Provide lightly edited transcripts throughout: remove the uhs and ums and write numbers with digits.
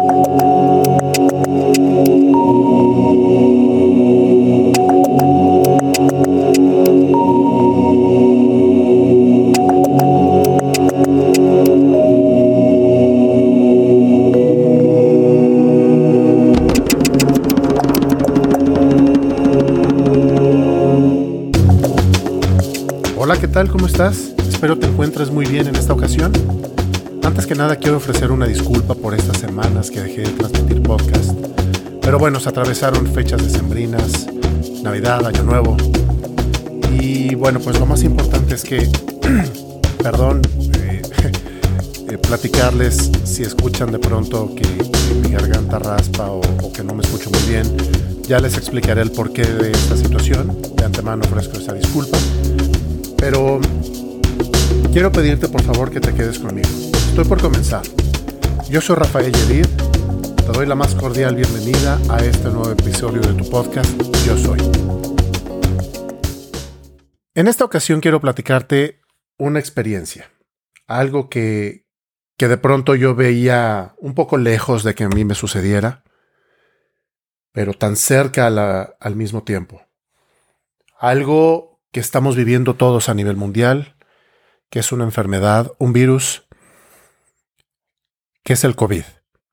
Hola, ¿qué tal? ¿Cómo estás? Espero te encuentres muy bien en esta ocasión. Antes que nada quiero ofrecer una disculpa por estas semanas que dejé de transmitir podcast. Pero bueno, se atravesaron fechas decembrinas, Navidad, Año Nuevo. Y bueno, pues lo más importante es que, platicarles si escuchan de pronto que mi garganta raspa o que no me escucho muy bien. Ya les explicaré el porqué de esta situación. De antemano ofrezco esa disculpa. Pero quiero pedirte por favor que te quedes conmigo. Estoy por comenzar. Yo soy Rafael Yedid. Te doy la más cordial bienvenida a este nuevo episodio de tu podcast, Yo Soy. En esta ocasión quiero platicarte una experiencia. Algo que de pronto yo veía un poco lejos de que a mí me sucediera, pero tan cerca al mismo tiempo. Algo que estamos viviendo todos a nivel mundial, que es una enfermedad, un virus, que es el COVID.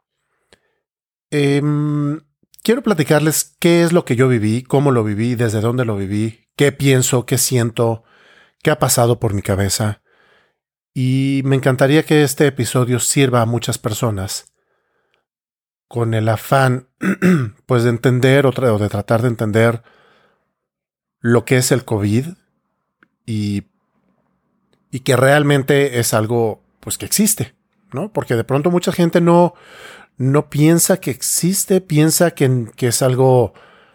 Quiero platicarles qué es lo que yo viví, cómo lo viví, desde dónde lo viví, qué pienso, qué siento, qué ha pasado por mi cabeza. Y me encantaría que este episodio sirva a muchas personas con el afán pues de entender o de tratar de entender lo que es el COVID y que realmente es algo pues que existe, ¿no? Porque de pronto mucha gente no piensa que existe, piensa que es algo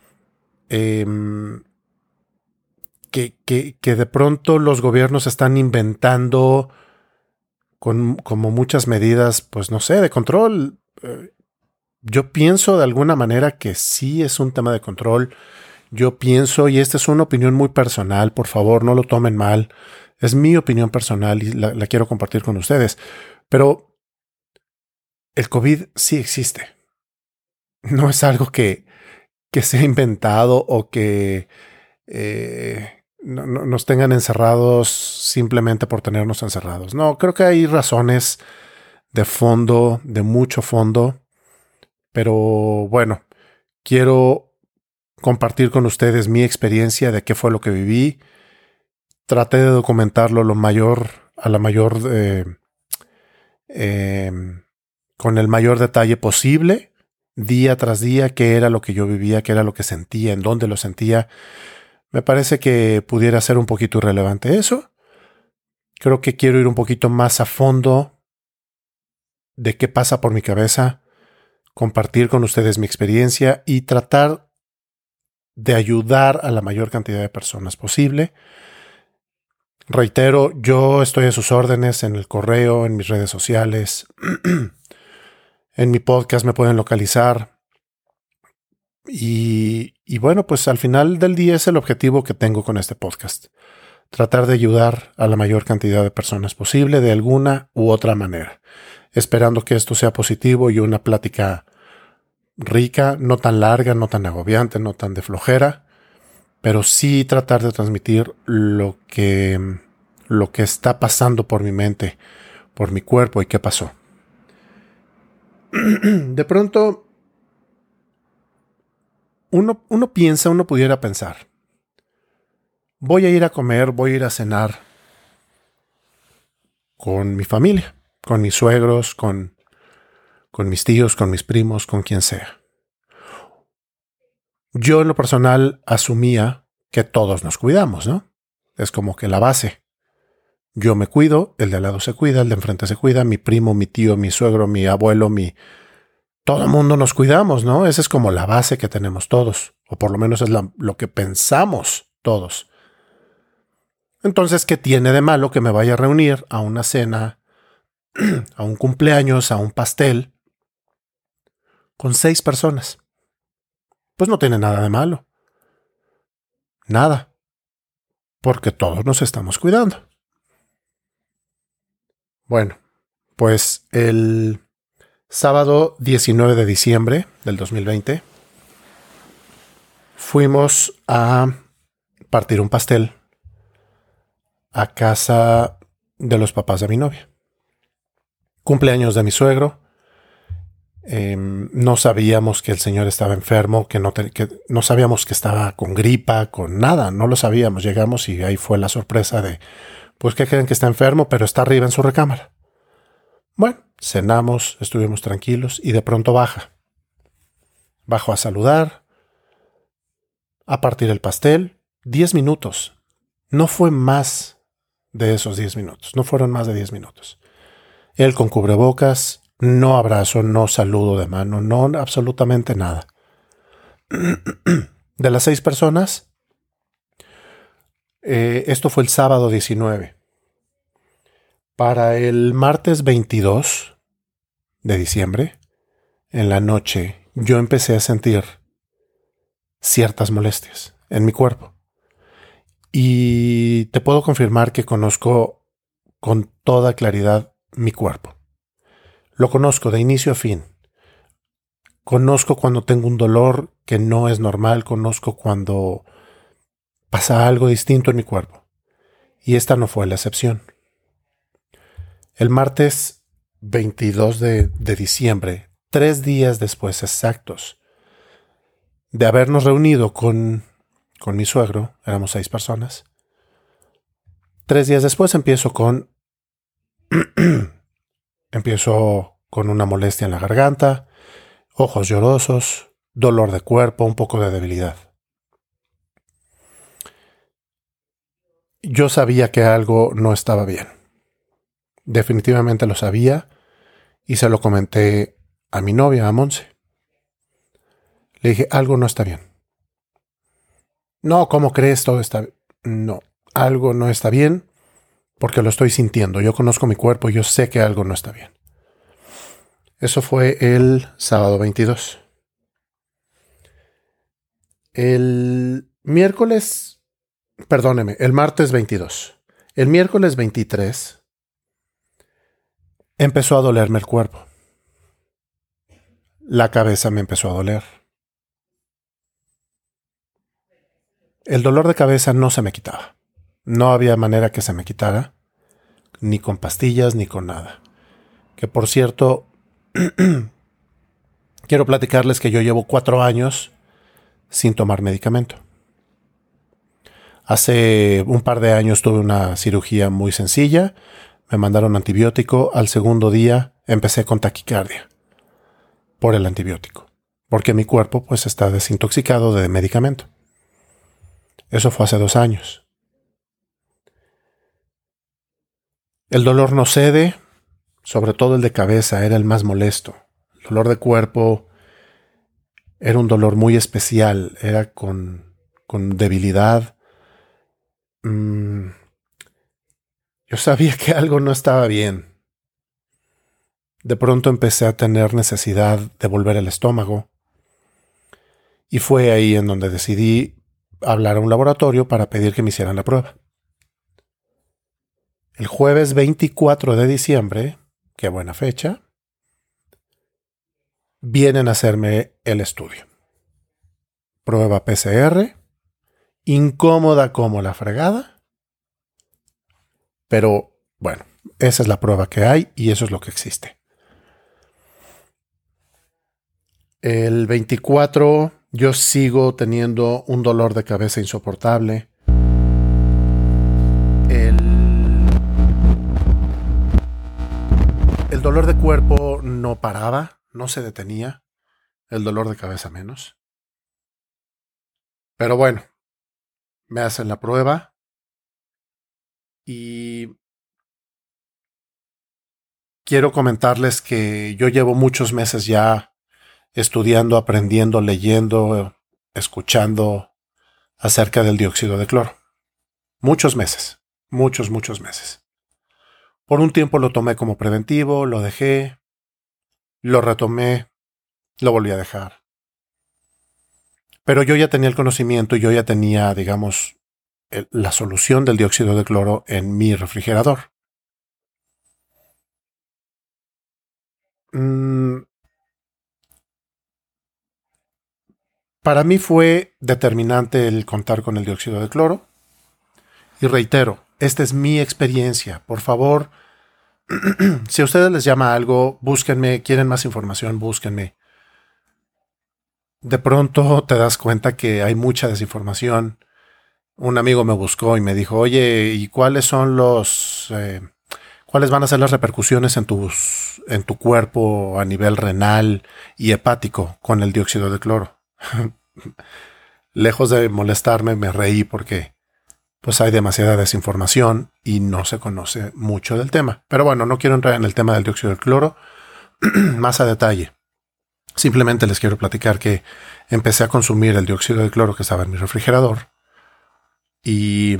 que de pronto los gobiernos están inventando como muchas medidas, pues no sé, de control. Yo pienso de alguna manera que sí es un tema de control. Yo pienso, y esta es una opinión muy personal, por favor, no lo tomen mal. Es mi opinión personal y la quiero compartir con ustedes. Pero el COVID sí existe. No es algo que se ha inventado o que nos tengan encerrados simplemente por tenernos encerrados. No, creo que hay razones de fondo, de mucho fondo. Pero bueno, quiero compartir con ustedes mi experiencia de qué fue lo que viví. Traté de documentarlo con el mayor detalle posible, día tras día, qué era lo que yo vivía, qué era lo que sentía, en dónde lo sentía. Me parece que pudiera ser un poquito irrelevante eso. Creo que quiero ir un poquito más a fondo de qué pasa por mi cabeza, compartir con ustedes mi experiencia y tratar de ayudar a la mayor cantidad de personas posible. Reitero, yo estoy a sus órdenes en el correo, en mis redes sociales, en mi podcast me pueden localizar. Y bueno, pues al final del día es el objetivo que tengo con este podcast. Tratar de ayudar a la mayor cantidad de personas posible de alguna u otra manera. Esperando que esto sea positivo y una plática rica, no tan larga, no tan agobiante, no tan de flojera, pero sí tratar de transmitir lo que está pasando por mi mente, por mi cuerpo y qué pasó. De pronto, uno piensa, uno pudiera pensar, voy a ir a comer, voy a ir a cenar con mi familia, con mis suegros, con mis tíos, con mis primos, con quien sea. Yo en lo personal asumía que todos nos cuidamos, ¿no? Es como que la base. Yo me cuido, el de al lado se cuida, el de enfrente se cuida, mi primo, mi tío, mi suegro, mi abuelo, todo el mundo nos cuidamos, ¿no? Esa es como la base que tenemos todos, o por lo menos es lo que pensamos todos. Entonces, ¿qué tiene de malo que me vaya a reunir a una cena, a un cumpleaños, a un pastel, con 6 personas? Pues no tiene nada de malo. Nada. Porque todos nos estamos cuidando. Bueno, pues el Sábado 19 de diciembre del 2020, fuimos a partir un pastel a casa de los papás de mi novia. Cumpleaños de mi suegro. No sabíamos que el señor estaba enfermo, que no sabíamos que estaba con gripa, con nada, no lo sabíamos. Llegamos y ahí fue la sorpresa de, pues que creen que está enfermo, pero está arriba en su recámara. Bueno, cenamos, estuvimos tranquilos y de pronto bajo a saludar, a partir el pastel, 10 minutos. No fue más de esos 10 minutos, no fueron más de 10 minutos. Él con cubrebocas, no abrazo, no saludo de mano, no absolutamente nada. De las 6 personas, esto fue el sábado 19. Para el martes 22 de diciembre, en la noche, yo empecé a sentir ciertas molestias en mi cuerpo. Y te puedo confirmar que conozco con toda claridad mi cuerpo. Lo conozco de inicio a fin. Conozco cuando tengo un dolor que no es normal, conozco cuando pasa algo distinto en mi cuerpo. Y esta no fue la excepción. El martes 22 de diciembre, 3 días después exactos de habernos reunido con mi suegro, éramos 6 personas, 3 días después empiezo con una molestia en la garganta, ojos llorosos, dolor de cuerpo, un poco de debilidad. Yo sabía que algo no estaba bien. Definitivamente lo sabía y se lo comenté a mi novia, a Monse. Le dije, algo no está bien. No, ¿cómo crees? Todo está bien. No, algo no está bien porque lo estoy sintiendo. Yo conozco mi cuerpo y yo sé que algo no está bien. Eso fue el sábado 22. El martes 22. El miércoles 23 empezó a dolerme el cuerpo. La cabeza me empezó a doler. El dolor de cabeza no se me quitaba. No había manera que se me quitara, ni con pastillas, ni con nada. Que por cierto, quiero platicarles que yo llevo 4 años sin tomar medicamento. Hace un par de años tuve una cirugía muy sencilla, me mandaron antibiótico, al segundo día empecé con taquicardia por el antibiótico, porque mi cuerpo pues está desintoxicado de medicamento. Eso fue hace 2 años. El dolor no cede, sobre todo el de cabeza era el más molesto. El dolor de cuerpo era un dolor muy especial, era con debilidad. Yo sabía que algo no estaba bien. De pronto empecé a tener necesidad de volver al estómago. Y fue ahí en donde decidí hablar a un laboratorio para pedir que me hicieran la prueba. El jueves 24 de diciembre, qué buena fecha, vienen a hacerme el estudio. Prueba PCR, incómoda como la fregada, pero bueno, esa es la prueba que hay y eso es lo que existe. El 24 yo sigo teniendo un dolor de cabeza insoportable. El dolor de cuerpo no paraba, no se detenía. El dolor de cabeza menos. Pero bueno, me hacen la prueba y quiero comentarles que yo llevo muchos meses ya estudiando, aprendiendo, leyendo, escuchando acerca del dióxido de cloro. Muchos meses, muchos meses. Por un tiempo lo tomé como preventivo, lo dejé, lo retomé, lo volví a dejar. Pero yo ya tenía el conocimiento y yo ya tenía, digamos, la solución del dióxido de cloro en mi refrigerador. mm, para mí fue determinante el contar con el dióxido de cloro. Y reitero, esta es mi experiencia. Por favor, si a ustedes les llama algo, búsquenme. Quieren más información, búsquenme. De pronto te das cuenta que hay mucha desinformación. Un amigo me buscó y me dijo, oye, ¿y cuáles son cuáles van a ser las repercusiones en tu cuerpo a nivel renal y hepático con el dióxido de cloro? Lejos de molestarme, me reí porque pues hay demasiada desinformación y no se conoce mucho del tema. Pero bueno, no quiero entrar en el tema del dióxido de cloro más a detalle. Simplemente les quiero platicar que empecé a consumir el dióxido de cloro que estaba en mi refrigerador. Y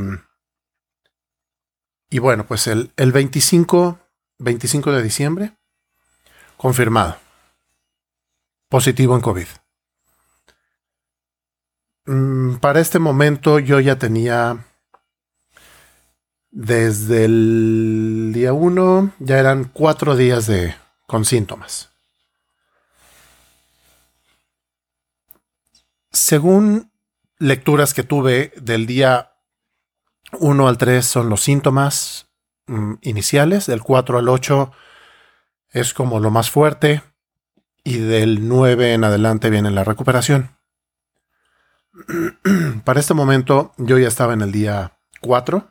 bueno, pues el 25 de diciembre, confirmado. Positivo en COVID. Para este momento yo ya tenía, desde el día 1, ya eran 4 días con síntomas. Según lecturas que tuve del día 1 al 3 son los síntomas iniciales, del 4 al 8 es como lo más fuerte y del 9 en adelante viene la recuperación. Para este momento yo ya estaba en el día 4.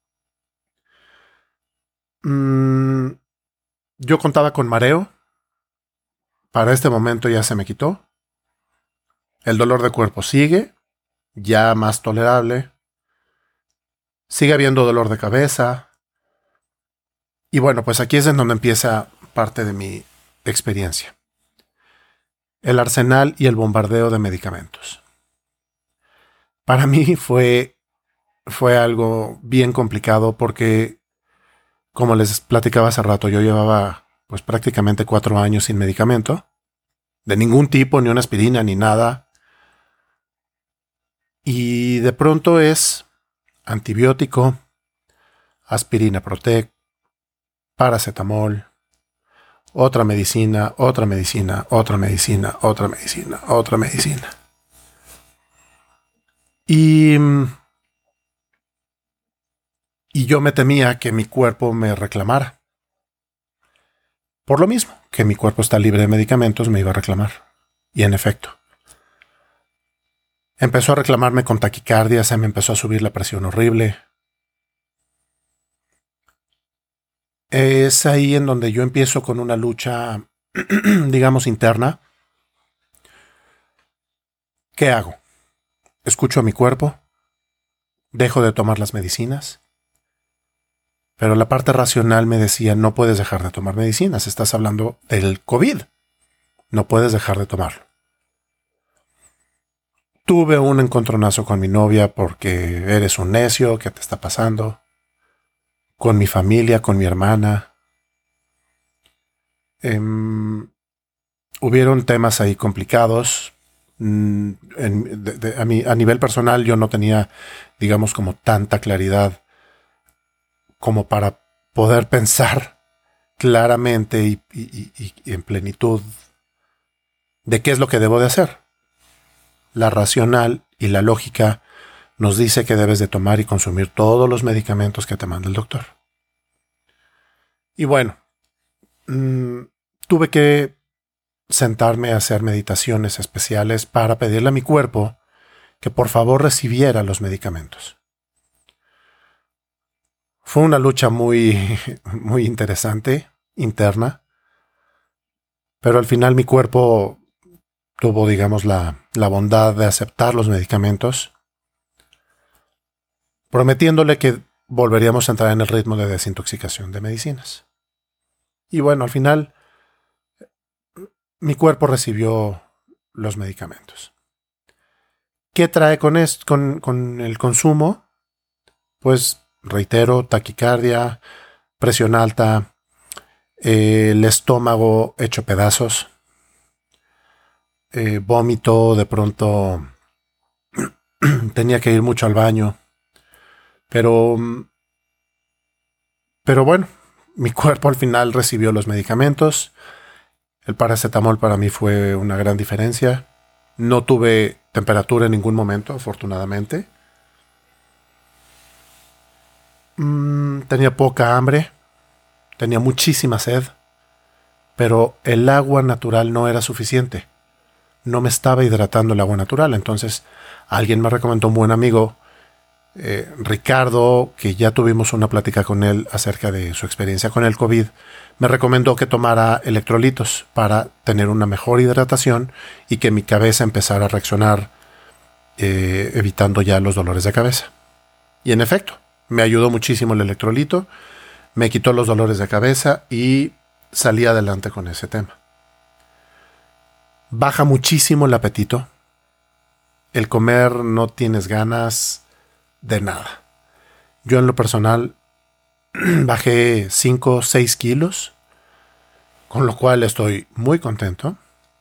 Yo contaba con mareo. Para este momento ya se me quitó. El dolor de cuerpo sigue, ya más tolerable. Sigue habiendo dolor de cabeza. Y bueno, pues aquí es en donde empieza parte de mi experiencia. El arsenal y el bombardeo de medicamentos. Para mí fue algo bien complicado porque, como les platicaba hace rato, yo llevaba pues prácticamente 4 años sin medicamento. De ningún tipo, ni una aspirina, ni nada. Y de pronto es antibiótico, aspirina Protec, paracetamol, otra medicina, otra medicina, otra medicina, otra medicina, otra medicina. Y yo me temía que mi cuerpo me reclamara. Por lo mismo, que mi cuerpo está libre de medicamentos, me iba a reclamar. Y en efecto. Empezó a reclamarme con taquicardia, se me empezó a subir la presión horrible. Es ahí en donde yo empiezo con una lucha, digamos, interna. ¿Qué hago? Escucho a mi cuerpo, dejo de tomar las medicinas, pero la parte racional me decía, no puedes dejar de tomar medicinas, estás hablando del COVID, no puedes dejar de tomarlo. Tuve un encontronazo con mi novia porque eres un necio, ¿qué te está pasando? Con mi familia, con mi hermana. Hubieron temas ahí complicados. A nivel personal yo no tenía, digamos, como tanta claridad como para poder pensar claramente y en plenitud de qué es lo que debo de hacer. La racional y la lógica nos dice que debes de tomar y consumir todos los medicamentos que te manda el doctor. Y bueno, tuve que sentarme a hacer meditaciones especiales para pedirle a mi cuerpo que por favor recibiera los medicamentos. Fue una lucha muy, muy interesante, interna, pero al final mi cuerpo tuvo, digamos, la bondad de aceptar los medicamentos, prometiéndole que volveríamos a entrar en el ritmo de desintoxicación de medicinas. Y bueno, al final mi cuerpo recibió los medicamentos. ¿Qué trae con el consumo? Pues, reitero, taquicardia, presión alta, el estómago hecho pedazos, vómito, de pronto tenía que ir mucho al baño, pero bueno, mi cuerpo al final recibió los medicamentos. El paracetamol para mí fue una gran diferencia. No tuve temperatura en ningún momento, afortunadamente. Tenía poca hambre, tenía muchísima sed, pero el agua natural no era suficiente. No me estaba hidratando el agua natural. Entonces alguien me recomendó, un buen amigo, Ricardo, que ya tuvimos una plática con él acerca de su experiencia con el COVID, me recomendó que tomara electrolitos para tener una mejor hidratación y que mi cabeza empezara a reaccionar, evitando ya los dolores de cabeza. Y en efecto, me ayudó muchísimo el electrolito, me quitó los dolores de cabeza y salí adelante con ese tema. Baja muchísimo el apetito. El comer, no tienes ganas de nada. Yo en lo personal bajé 5 o 6 kilos, con lo cual estoy muy contento.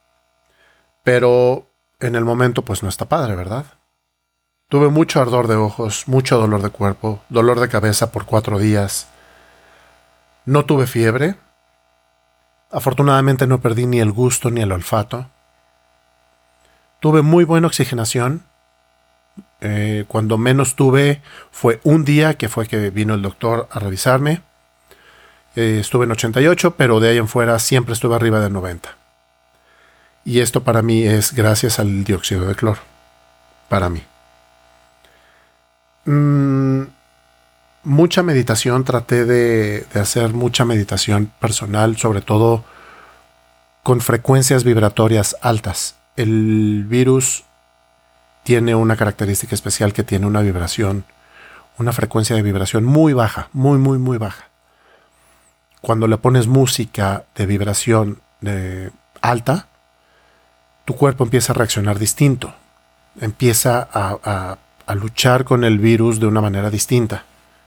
Pero en el momento pues no está padre, ¿verdad? Tuve mucho ardor de ojos, mucho dolor de cuerpo, dolor de cabeza por 4 días. No tuve fiebre. Afortunadamente no perdí ni el gusto ni el olfato. Tuve muy buena oxigenación. Cuando menos tuve fue un día, que fue que vino el doctor a revisarme. Estuve en 88, pero de ahí en fuera siempre estuve arriba de 90. Y esto para mí es gracias al dióxido de cloro. Para mí. Mucha meditación, traté de hacer mucha meditación personal, sobre todo con frecuencias vibratorias altas. El virus tiene una característica especial, que tiene una vibración, una frecuencia de vibración muy baja, muy, muy, muy baja. Cuando le pones música de vibración alta, tu cuerpo empieza a reaccionar distinto, empieza a luchar con el virus de una manera distinta.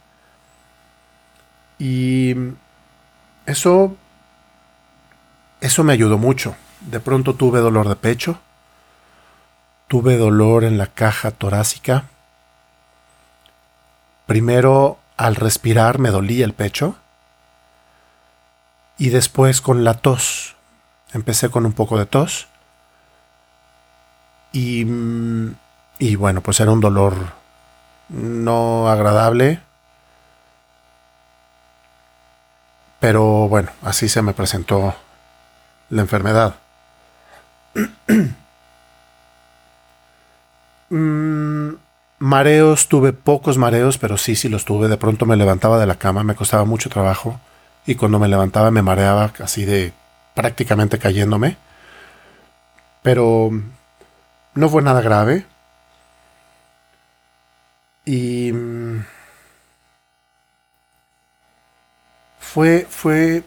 Y eso me ayudó mucho. De pronto tuve dolor de pecho, tuve dolor en la caja torácica. Primero, al respirar me dolía el pecho, y después con la tos. Empecé con un poco de tos y bueno, pues era un dolor no agradable, pero bueno, así se me presentó la enfermedad. Mareos, tuve pocos mareos, pero sí los tuve. De pronto me levantaba de la cama, me costaba mucho trabajo, y cuando me levantaba me mareaba así de prácticamente cayéndome. Pero no fue nada grave. Y fue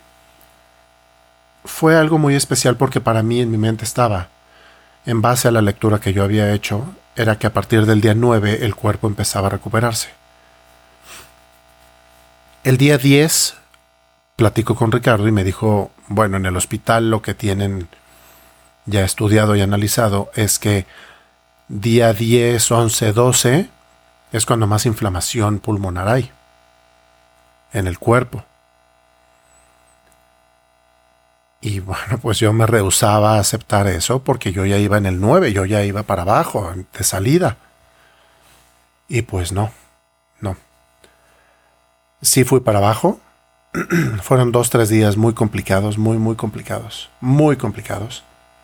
algo muy especial, porque para mí en mi mente estaba, en base a la lectura que yo había hecho, era que a partir del día 9 el cuerpo empezaba a recuperarse. El día 10 platico con Ricardo y me dijo, bueno, en el hospital lo que tienen ya estudiado y analizado es que día 10, 11, 12 es cuando más inflamación pulmonar hay en el cuerpo. Y bueno, pues yo me rehusaba a aceptar eso, porque yo ya iba en el 9, yo ya iba para abajo, de salida. Y pues no. Sí fui para abajo. Fueron 2, 3 días muy complicados, muy, muy complicados. Muy complicados.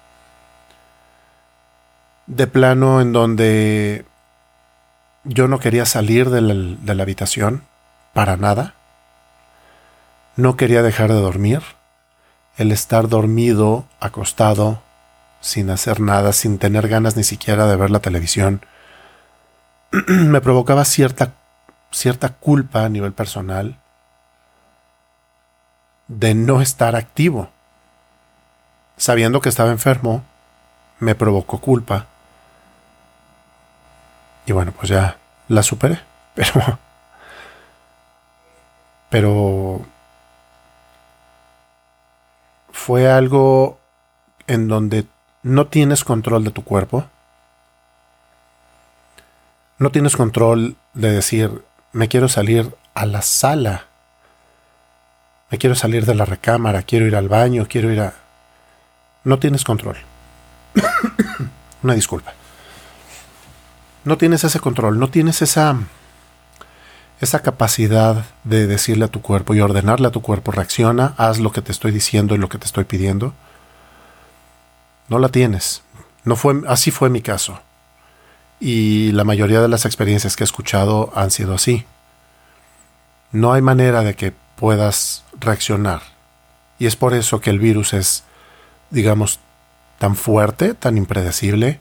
De plano en donde yo no quería salir de la habitación para nada. No quería dejar de dormir. El estar dormido, acostado, sin hacer nada, sin tener ganas ni siquiera de ver la televisión, me provocaba cierta culpa a nivel personal de no estar activo. Sabiendo que estaba enfermo, me provocó culpa. Y bueno, pues ya la superé. Pero fue algo en donde no tienes control de tu cuerpo. No tienes control de decir, me quiero salir a la sala, me quiero salir de la recámara, quiero ir al baño, quiero ir a... No tienes control. Una disculpa. No tienes ese control, no tienes esa capacidad de decirle a tu cuerpo y ordenarle a tu cuerpo: reacciona, haz lo que te estoy diciendo y lo que te estoy pidiendo. No la tienes. Así fue mi caso. Y la mayoría de las experiencias que he escuchado han sido así. No hay manera de que puedas reaccionar. Y es por eso que el virus es, digamos, tan fuerte, tan impredecible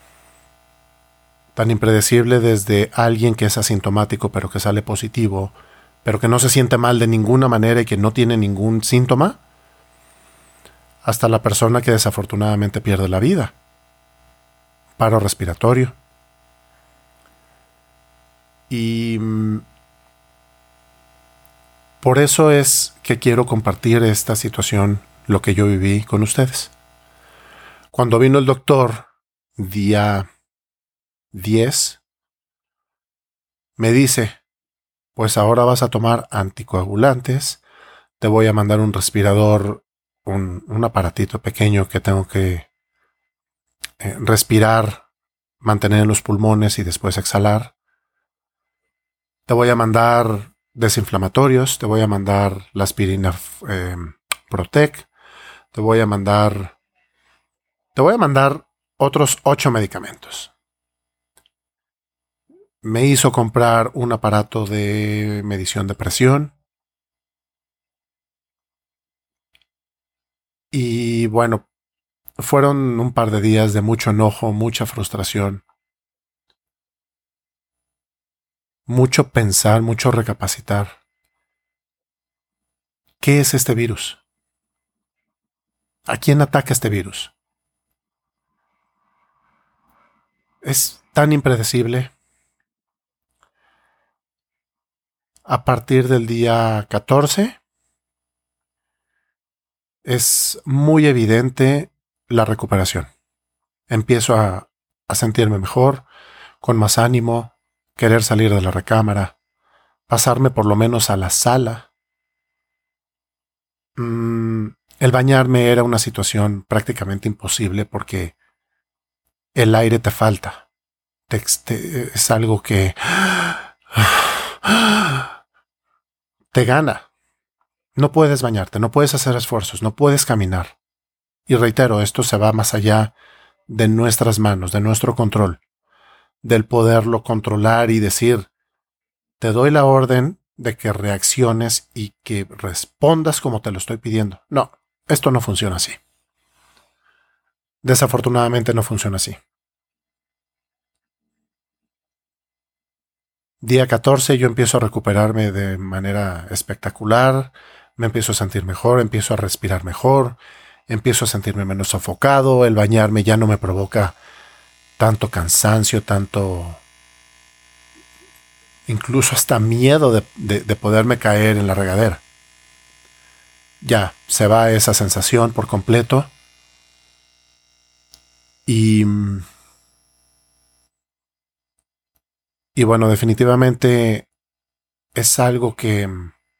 desde alguien que es asintomático pero que sale positivo, pero que no se siente mal de ninguna manera y que no tiene ningún síntoma, hasta la persona que desafortunadamente pierde la vida. Paro respiratorio. Y por eso es que quiero compartir esta situación, lo que yo viví, con ustedes. Cuando vino el doctor, día 10, me dice: pues ahora vas a tomar anticoagulantes, te voy a mandar un respirador, un aparatito pequeño que tengo que respirar, mantener en los pulmones y después exhalar. Te voy a mandar desinflamatorios, te voy a mandar la aspirina Protec, te voy a mandar otros 8 medicamentos. Me hizo comprar un aparato de medición de presión. Y bueno, fueron un par de días de mucho enojo, mucha frustración, mucho pensar, mucho recapacitar. ¿Qué es este virus? ¿A quién ataca este virus? Es tan impredecible. A partir del día 14 es muy evidente la recuperación. Empiezo a sentirme mejor, con más ánimo, querer salir de la recámara, pasarme por lo menos a la sala. El bañarme era una situación prácticamente imposible porque el aire te falta. Es algo que te gana. No puedes bañarte, no puedes hacer esfuerzos, no puedes caminar. Y reitero, esto se va más allá de nuestras manos, de nuestro control, del poderlo controlar y decir: te doy la orden de que reacciones y que respondas como te lo estoy pidiendo. No, esto no funciona así. Desafortunadamente no funciona así. Día 14 yo empiezo a recuperarme de manera espectacular, me empiezo a sentir mejor, empiezo a respirar mejor, empiezo a sentirme menos sofocado, el bañarme ya no me provoca tanto cansancio, tanto, incluso hasta miedo de poderme caer en la regadera. Ya se va esa sensación por completo y bueno, definitivamente es algo que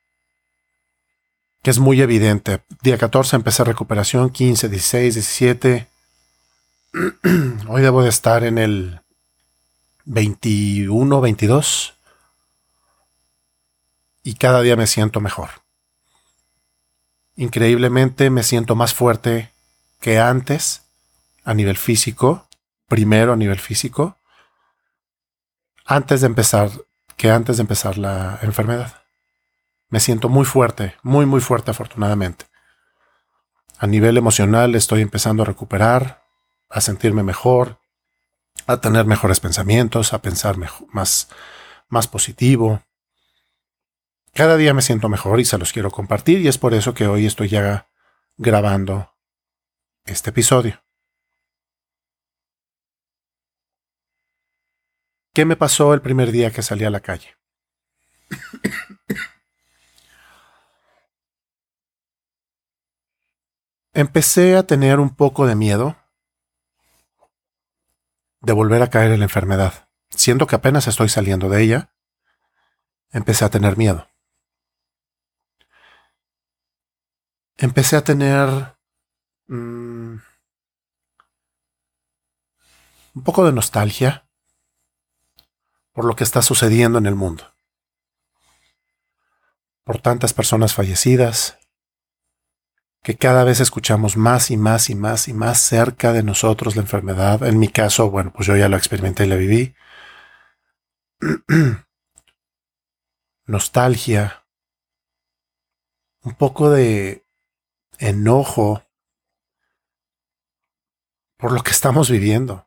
es muy evidente. Día 14 empecé recuperación, 15, 16, 17. Hoy debo de estar en el 21, 22. Y cada día me siento mejor. Increíblemente me siento más fuerte que antes a nivel físico. Primero a nivel físico. Antes de empezar la enfermedad. Me siento muy fuerte, muy muy fuerte afortunadamente. A nivel emocional estoy empezando a recuperar, a sentirme mejor, a tener mejores pensamientos, a pensar más positivo. Cada día me siento mejor y se los quiero compartir, y es por eso que hoy estoy ya grabando este episodio. ¿Qué me pasó el primer día que salí a la calle? Empecé a tener un poco de miedo de volver a caer en la enfermedad. Siendo que apenas estoy saliendo de ella, empecé a tener miedo. Empecé a tener un poco de nostalgia por lo que está sucediendo en el mundo, por tantas personas fallecidas, que cada vez escuchamos más y más y más y más cerca de nosotros la enfermedad. En mi caso, bueno, pues yo ya lo experimenté y la viví. Nostalgia, un poco de enojo por lo que estamos viviendo.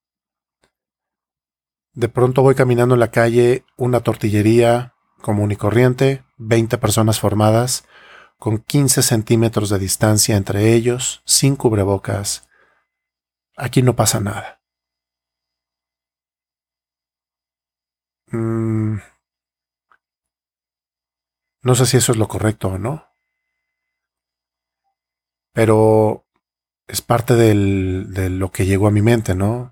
De pronto voy caminando en la calle, una tortillería común y corriente, 20 personas formadas, con 15 centímetros de distancia entre ellos, sin cubrebocas. Aquí no pasa nada. No sé si eso es lo correcto o no, pero es parte de lo que llegó a mi mente, ¿no?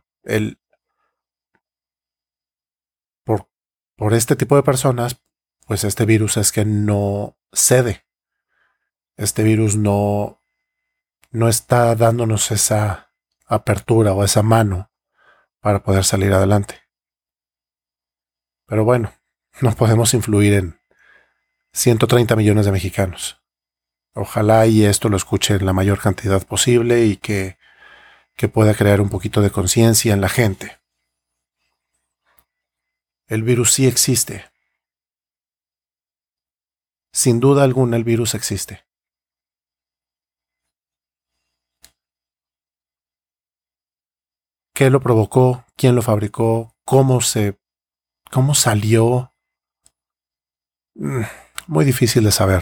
Por, por este tipo de personas, pues este virus es que no cede. Este virus no está dándonos esa apertura o esa mano para poder salir adelante. Pero bueno, no podemos influir en 130 millones de mexicanos. Ojalá y esto lo escuchen la mayor cantidad posible y que pueda crear un poquito de conciencia en la gente. El virus sí existe. Sin duda alguna el virus existe. ¿Qué lo provocó? ¿Quién lo fabricó? ¿Cómo salió? Muy difícil de saber.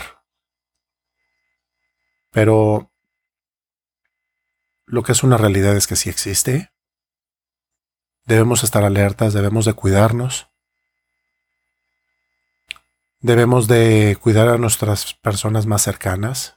Pero lo que es una realidad es que sí existe. Debemos estar alertas, debemos de cuidarnos. Debemos de cuidar a nuestras personas más cercanas.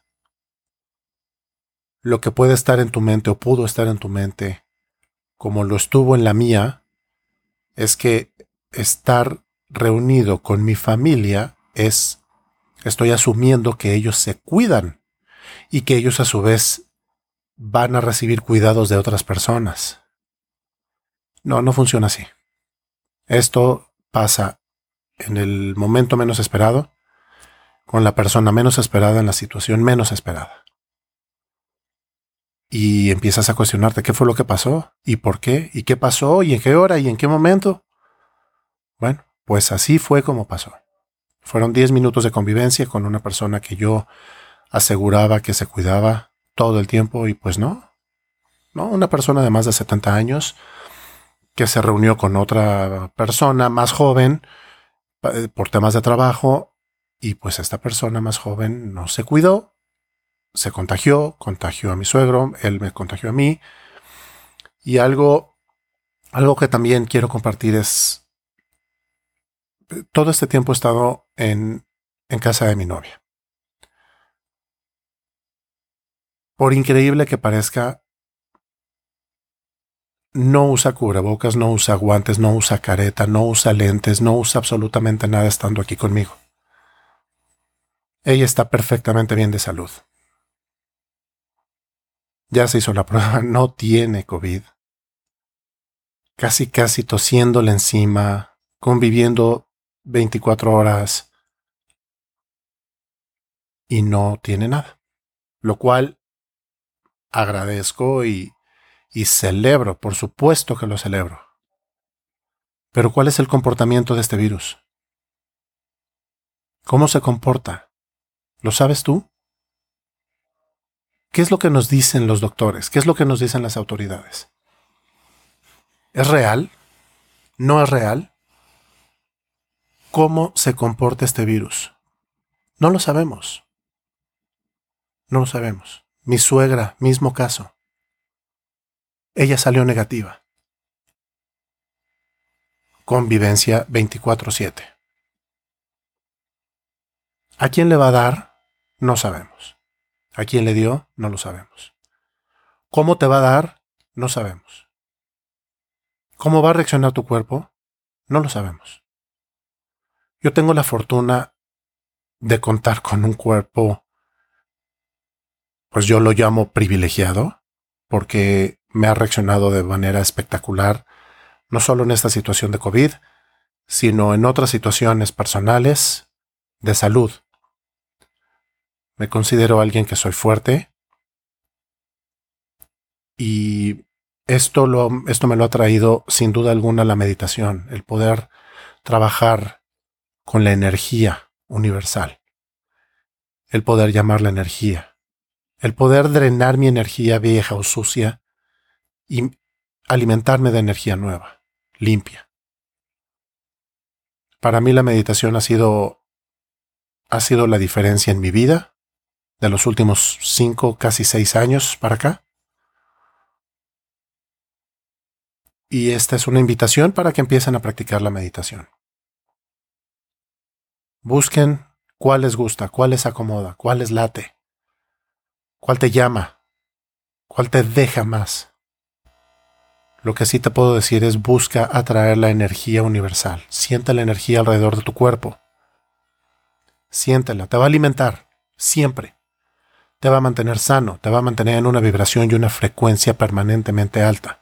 Lo que puede estar en tu mente o pudo estar en tu mente, como lo estuvo en la mía, es que estar reunido con mi familia estoy asumiendo que ellos se cuidan y que ellos a su vez van a recibir cuidados de otras personas. No, no funciona así. Esto pasa en el momento menos esperado, con la persona menos esperada en la situación menos esperada. Y empiezas a cuestionarte qué fue lo que pasó, y por qué, y qué pasó, y en qué hora, y en qué momento. Bueno, pues así fue como pasó. Fueron 10 minutos de convivencia con una persona que yo aseguraba que se cuidaba todo el tiempo y pues no. No, una persona de más de 70 años que se reunió con otra persona más joven por temas de trabajo y pues esta persona más joven no se cuidó, se contagió a mi suegro, él me contagió a mí y algo que también quiero compartir es todo este tiempo he estado en casa de mi novia. Por increíble que parezca, no usa cubrebocas, no usa guantes, no usa careta, no usa lentes, no usa absolutamente nada estando aquí conmigo. Ella está perfectamente bien de salud. Ya se hizo la prueba, no tiene COVID. Casi tosiéndole encima, conviviendo 24 horas y no tiene nada. Lo cual agradezco y celebro, por supuesto que lo celebro. Pero ¿cuál es el comportamiento de este virus? ¿Cómo se comporta? ¿Lo sabes tú? ¿Qué es lo que nos dicen los doctores? ¿Qué es lo que nos dicen las autoridades? ¿Es real? ¿No es real? ¿Cómo se comporta este virus? No lo sabemos. No lo sabemos. Mi suegra, mismo caso. Ella salió negativa. Convivencia 24/7. ¿A quién le va a dar? No sabemos. ¿A quién le dio? No lo sabemos. ¿Cómo te va a dar? No sabemos. ¿Cómo va a reaccionar tu cuerpo? No lo sabemos. Yo tengo la fortuna de contar con un cuerpo, pues yo lo llamo privilegiado, porque me ha reaccionado de manera espectacular, no solo en esta situación de COVID, sino en otras situaciones personales de salud. Me considero alguien que soy fuerte y esto me lo ha traído sin duda alguna la meditación, el poder trabajar con la energía universal, el poder llamarla energía, el poder drenar mi energía vieja o sucia y alimentarme de energía nueva, limpia. Para mí la meditación ha sido la diferencia en mi vida de los últimos 5, casi 6 años para acá. Y esta es una invitación para que empiecen a practicar la meditación. Busquen cuál les gusta, cuál les acomoda, cuál les late, cuál te llama, cuál te deja más. Lo que sí te puedo decir es busca atraer la energía universal. Siente la energía alrededor de tu cuerpo. Siéntela, te va a alimentar, siempre. Te va a mantener sano, te va a mantener en una vibración y una frecuencia permanentemente alta.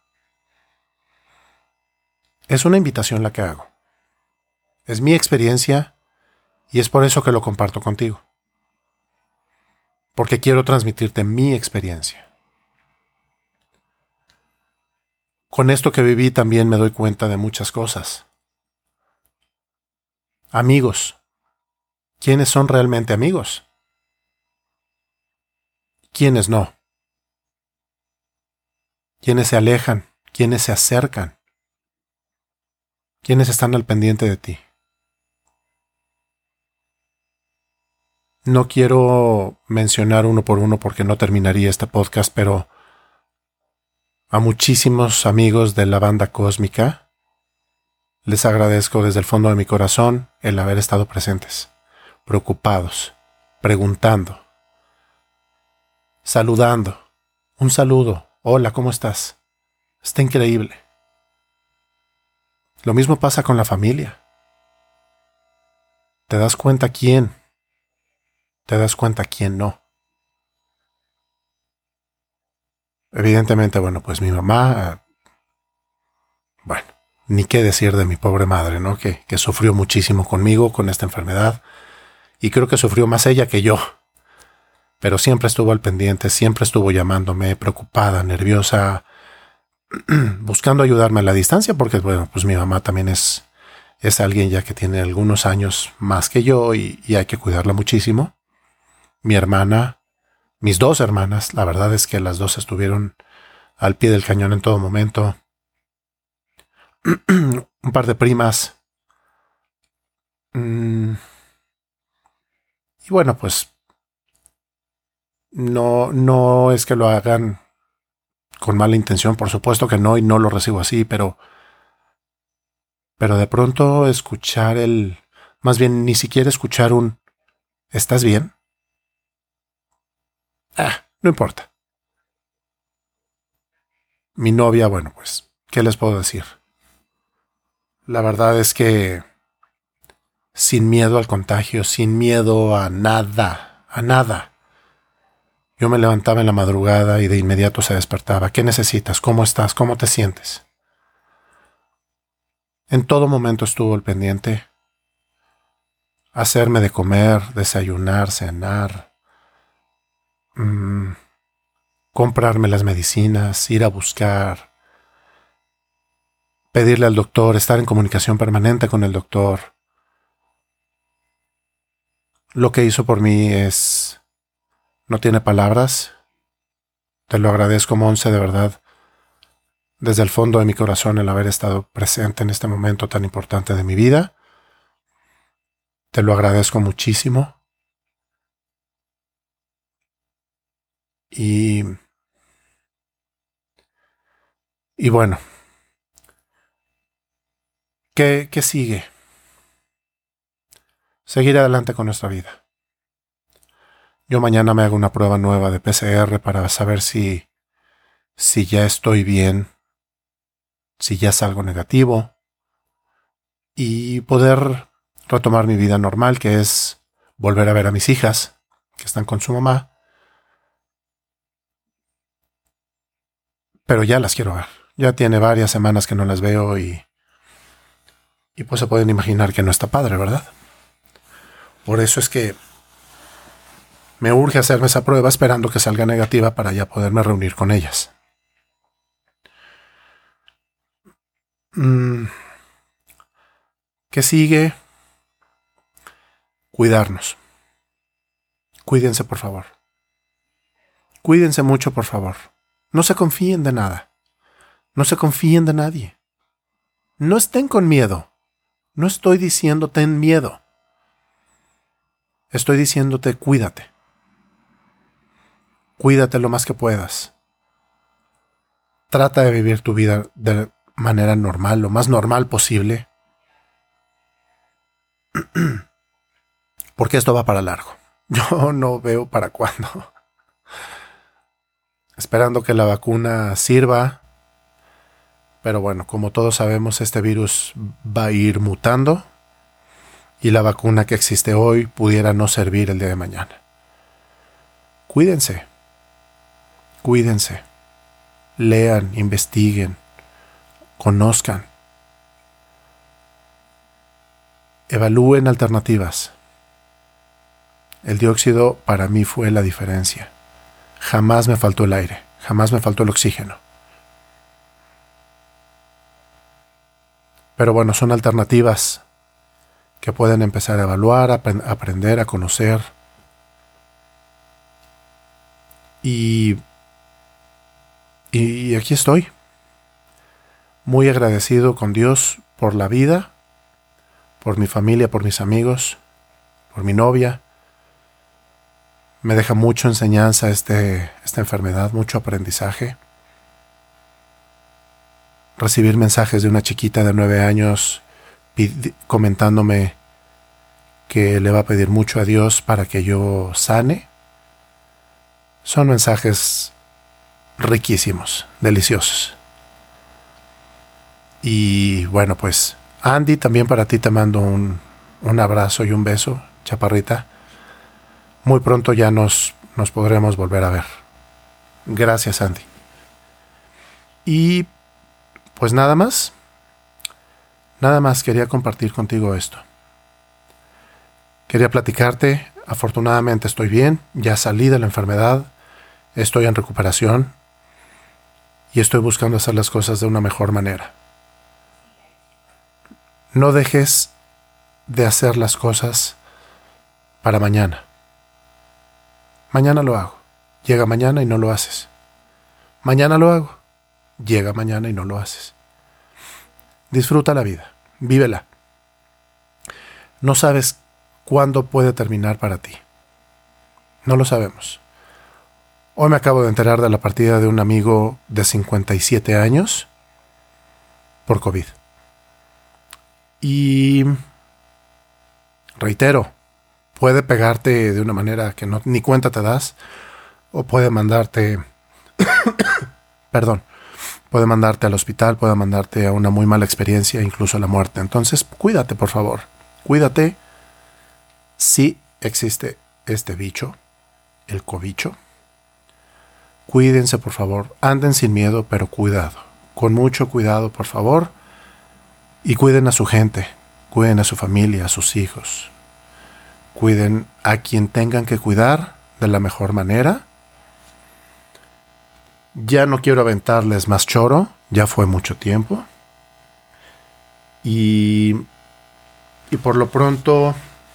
Es una invitación la que hago. Es mi experiencia y es por eso que lo comparto contigo. Porque quiero transmitirte mi experiencia. Con esto que viví también me doy cuenta de muchas cosas. Amigos. ¿Quiénes son realmente amigos? ¿Quiénes no? ¿Quiénes se alejan? ¿Quiénes se acercan? ¿Quiénes están al pendiente de ti? No quiero mencionar uno por uno porque no terminaría este podcast, pero a muchísimos amigos de la banda cósmica les agradezco desde el fondo de mi corazón el haber estado presentes, preocupados, preguntando, saludando. Un saludo. Hola, ¿cómo estás? Está increíble. Lo mismo pasa con la familia. Te das cuenta quién. Te das cuenta quién no. Evidentemente, bueno, pues mi mamá, bueno, ni qué decir de mi pobre madre, ¿no? Que sufrió muchísimo conmigo, con esta enfermedad. Y creo que sufrió más ella que yo. Pero siempre estuvo al pendiente, siempre estuvo llamándome, preocupada, nerviosa, buscando ayudarme a la distancia, porque, bueno, pues mi mamá también es alguien ya que tiene algunos años más que yo y hay que cuidarla muchísimo. Mi hermana, mis 2 hermanas, la verdad es que las 2 estuvieron al pie del cañón en todo momento. Un par de primas. Y bueno, pues no es que lo hagan con mala intención, por supuesto que no, y no lo recibo así, pero de pronto escuchar más bien ni siquiera escuchar un ¿estás bien? No importa. Mi novia, bueno, pues, ¿qué les puedo decir? La verdad es que sin miedo al contagio, sin miedo a nada, a nada. Yo me levantaba en la madrugada y de inmediato se despertaba. ¿Qué necesitas? ¿Cómo estás? ¿Cómo te sientes? En todo momento estuvo al pendiente. Hacerme de comer, desayunar, cenar, comprarme las medicinas, ir a buscar, pedirle al doctor, estar en comunicación permanente con el doctor. Lo que hizo por mí no tiene palabras. Te lo agradezco, Monse, de verdad. Desde el fondo de mi corazón el haber estado presente en este momento tan importante de mi vida. Te lo agradezco muchísimo. Y bueno, ¿qué sigue? Seguir adelante con nuestra vida. Yo mañana me hago una prueba nueva de PCR para saber si ya estoy bien, si ya salgo negativo y poder retomar mi vida normal, que es volver a ver a mis hijas que están con su mamá. pero ya las quiero ver. Ya tiene varias semanas que no las veo y pues se pueden imaginar que no está padre, ¿verdad? Por eso es que me urge hacerme esa prueba esperando que salga negativa para ya poderme reunir con ellas. ¿Qué sigue? Cuidarnos. Cuídense, por favor. Cuídense mucho, por favor. No se confíen de nada. No se confíen de nadie. No estén con miedo. No estoy diciendo ten miedo. Estoy diciéndote cuídate. Cuídate lo más que puedas. Trata de vivir tu vida de manera normal, lo más normal posible. Porque esto va para largo. Yo no veo para cuándo. Esperando que la vacuna sirva. Pero bueno, como todos sabemos, este virus va a ir mutando. Y la vacuna que existe hoy pudiera no servir el día de mañana. Cuídense. Cuídense. Lean, investiguen, conozcan. Evalúen alternativas. El dióxido para mí fue la diferencia. Jamás me faltó el aire, jamás me faltó el oxígeno. Pero bueno, son alternativas que pueden empezar a evaluar, a aprender, a conocer. Y aquí estoy, muy agradecido con Dios por la vida, por mi familia, por mis amigos, por mi novia. Me deja mucha enseñanza esta enfermedad, mucho aprendizaje. Recibir mensajes de una chiquita de 9 años comentándome que le va a pedir mucho a Dios para que yo sane. Son mensajes riquísimos, deliciosos. Y bueno, pues Andy, también para ti te mando un abrazo y un beso, chaparrita. Muy pronto ya nos podremos volver a ver. Gracias, Andy. Y pues nada más quería compartir contigo esto. Quería platicarte. Afortunadamente estoy bien, ya salí de la enfermedad, estoy en recuperación y estoy buscando hacer las cosas de una mejor manera. No dejes de hacer las cosas para mañana. Mañana lo hago. Llega mañana y no lo haces. Mañana lo hago. Llega mañana y no lo haces. Disfruta la vida. Vívela. No sabes cuándo puede terminar para ti. No lo sabemos. Hoy me acabo de enterar de la partida de un amigo de 57 años por COVID. Y reitero, puede pegarte de una manera que ni cuenta te das, o puede mandarte puede mandarte al hospital, puede mandarte a una muy mala experiencia, incluso a la muerte. Entonces, cuídate, por favor. Cuídate. Si existe este bicho, el cobicho. Cuídense, por favor. Anden sin miedo, pero cuidado. Con mucho cuidado, por favor. Y cuiden a su gente. Cuiden a su familia, a sus hijos. Cuiden a quien tengan que cuidar de la mejor manera. Ya no quiero aventarles más choro. Ya fue mucho tiempo. Y por lo pronto,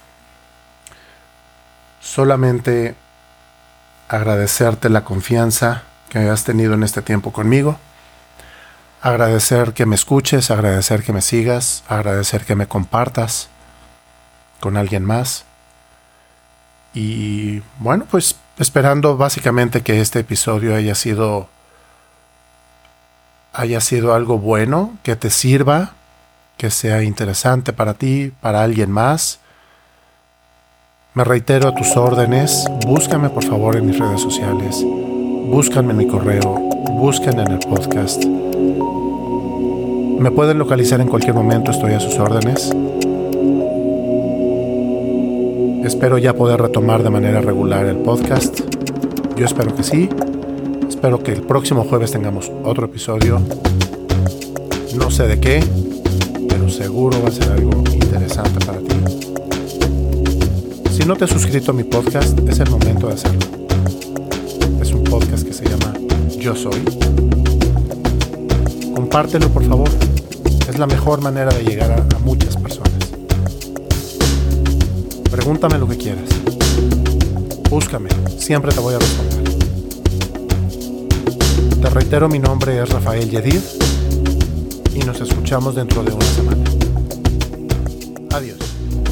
solamente agradecerte la confianza que has tenido en este tiempo conmigo. Agradecer que me escuches, agradecer que me sigas, agradecer que me compartas con alguien más. Y bueno, pues esperando básicamente que este episodio haya sido algo bueno, que te sirva, que sea interesante para ti, para alguien más. Me reitero a tus órdenes. Búscame por favor en mis redes sociales. Búscame en mi correo. Búsquenme en el podcast. Me pueden localizar en cualquier momento. Estoy a sus órdenes. Espero ya poder retomar de manera regular el podcast. Yo espero que sí. Espero que el próximo jueves tengamos otro episodio. No sé de qué, pero seguro va a ser algo interesante para ti. Si no te has suscrito a mi podcast, es el momento de hacerlo. Es un podcast que se llama Yo Soy. Compártelo, por favor. Es la mejor manera de llegar a muchas personas. Pregúntame lo que quieras. Búscame, siempre te voy a responder. Te reitero, mi nombre es Rafael Yedid y nos escuchamos dentro de una semana. Adiós.